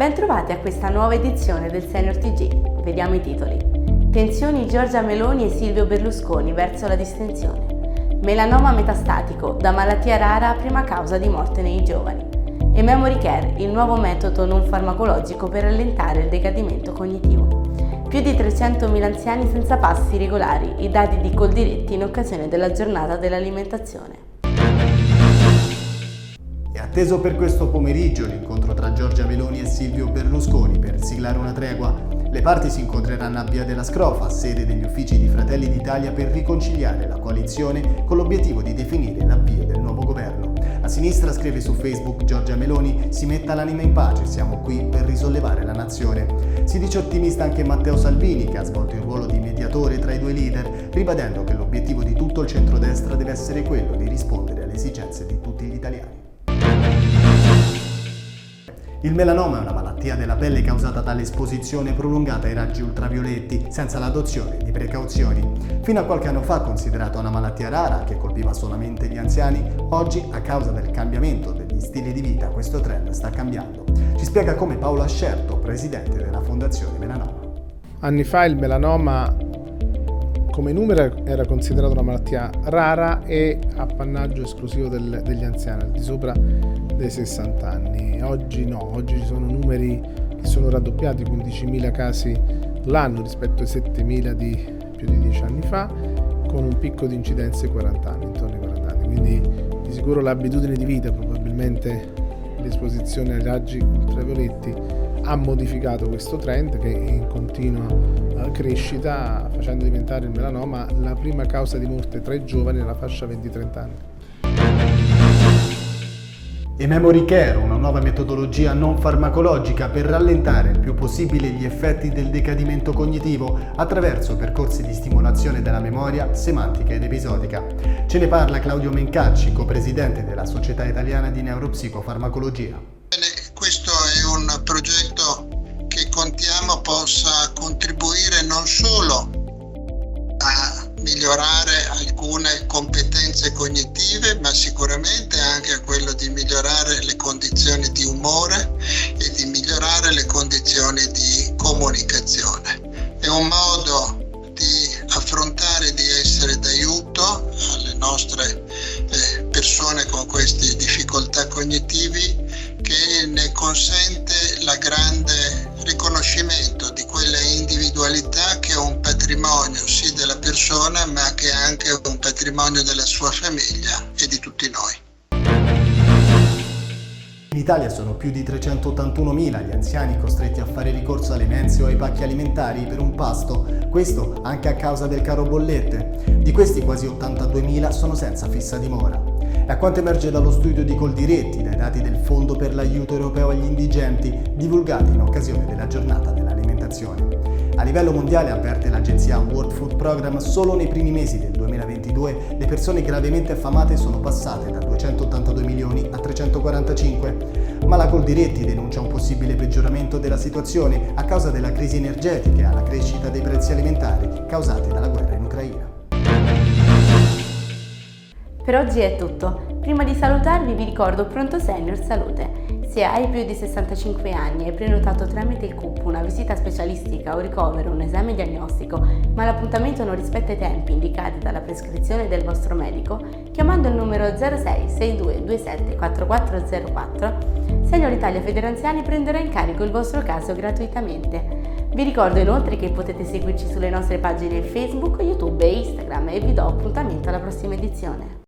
Bentrovati a questa nuova edizione del Senior TG. Vediamo i titoli. Tensioni Giorgia Meloni e Silvio Berlusconi verso la distensione. Melanoma metastatico, da malattia rara a prima causa di morte nei giovani. E Memory Care, il nuovo metodo non farmacologico per rallentare il decadimento cognitivo. Più di 300.000 anziani senza passi regolari, i dati di Coldiretti in occasione della giornata dell'alimentazione. È atteso per questo pomeriggio l'incontro tra Giorgia Meloni e Silvio Berlusconi per siglare una tregua. Le parti si incontreranno a Via della Scrofa, sede degli uffici di Fratelli d'Italia, per riconciliare la coalizione con l'obiettivo di definire l'avvio del nuovo governo. La sinistra scrive su Facebook: Giorgia Meloni, si metta l'anima in pace, siamo qui per risollevare la nazione. Si dice ottimista anche Matteo Salvini, che ha svolto il ruolo di mediatore tra i due leader, ribadendo che l'obiettivo di tutto il centrodestra deve essere quello di rispondere alle esigenze di tutti gli italiani. Il melanoma è una malattia della pelle causata dall'esposizione prolungata ai raggi ultravioletti senza l'adozione di precauzioni. Fino a qualche anno fa considerata una malattia rara che colpiva solamente gli anziani, oggi a causa del cambiamento degli stili di vita questo trend sta cambiando. Ci spiega come Paolo Ascerto, presidente della Fondazione Melanoma. Anni fa il melanoma come numero era considerato una malattia rara e appannaggio esclusivo degli anziani, al di sopra dei 60 anni. Oggi no, oggi ci sono numeri che sono raddoppiati, 15.000 casi l'anno rispetto ai 7.000 di più di 10 anni fa, con un picco di incidenze 40 anni, intorno ai 40 anni. Quindi di sicuro l'abitudine di vita, probabilmente l'esposizione ai raggi ultravioletti, ha modificato questo trend che è in continua crescita, facendo diventare il melanoma la prima causa di morte tra i giovani nella fascia 20-30 anni. E Memory Care, una nuova metodologia non farmacologica per rallentare il più possibile gli effetti del decadimento cognitivo attraverso percorsi di stimolazione della memoria semantica ed episodica. Ce ne parla Claudio Mencacci, copresidente della Società Italiana di Neuropsicofarmacologia. Questo è un progetto che contiamo possa contribuire non solo a migliorare alcune competenze cognitive, ma sicuramente anche a quello di migliorare le condizioni di umore e di migliorare le condizioni di comunicazione. È un modo di affrontare, di essere d'aiuto alle nostre persone con queste difficoltà cognitivi, che ne consente la grande riconoscimento di quella individualità che è un patrimonio sì della persona, ma che è anche un patrimonio della sua famiglia e di tutti noi. In Italia sono più di 381.000 gli anziani costretti a fare ricorso alle mense o ai pacchi alimentari per un pasto, questo anche a causa del caro bollette. Di questi quasi 82.000 sono senza fissa dimora. E a quanto emerge dallo studio di Coldiretti, dai dati del Fondo per l'aiuto europeo agli indigenti, divulgati in occasione della giornata dell'alimentazione. A livello mondiale, avverte l'agenzia World Food Programme, solo nei primi mesi del 2022 le persone gravemente affamate sono passate da 282 milioni a 345. Ma la Coldiretti denuncia un possibile peggioramento della situazione a causa della crisi energetica e alla crescita dei prezzi alimentari causati dalla guerra in Ucraina. Per oggi è tutto. Prima di salutarvi vi ricordo Pronto Senior Salute. Se hai più di 65 anni e hai prenotato tramite il CUP una visita specialistica o ricovero, un esame diagnostico, ma l'appuntamento non rispetta i tempi indicati dalla prescrizione del vostro medico, chiamando il numero 06 62 27 4404, Senior Italia Federanziani prenderà in carico il vostro caso gratuitamente. Vi ricordo inoltre che potete seguirci sulle nostre pagine Facebook, YouTube e Instagram e vi do appuntamento alla prossima edizione.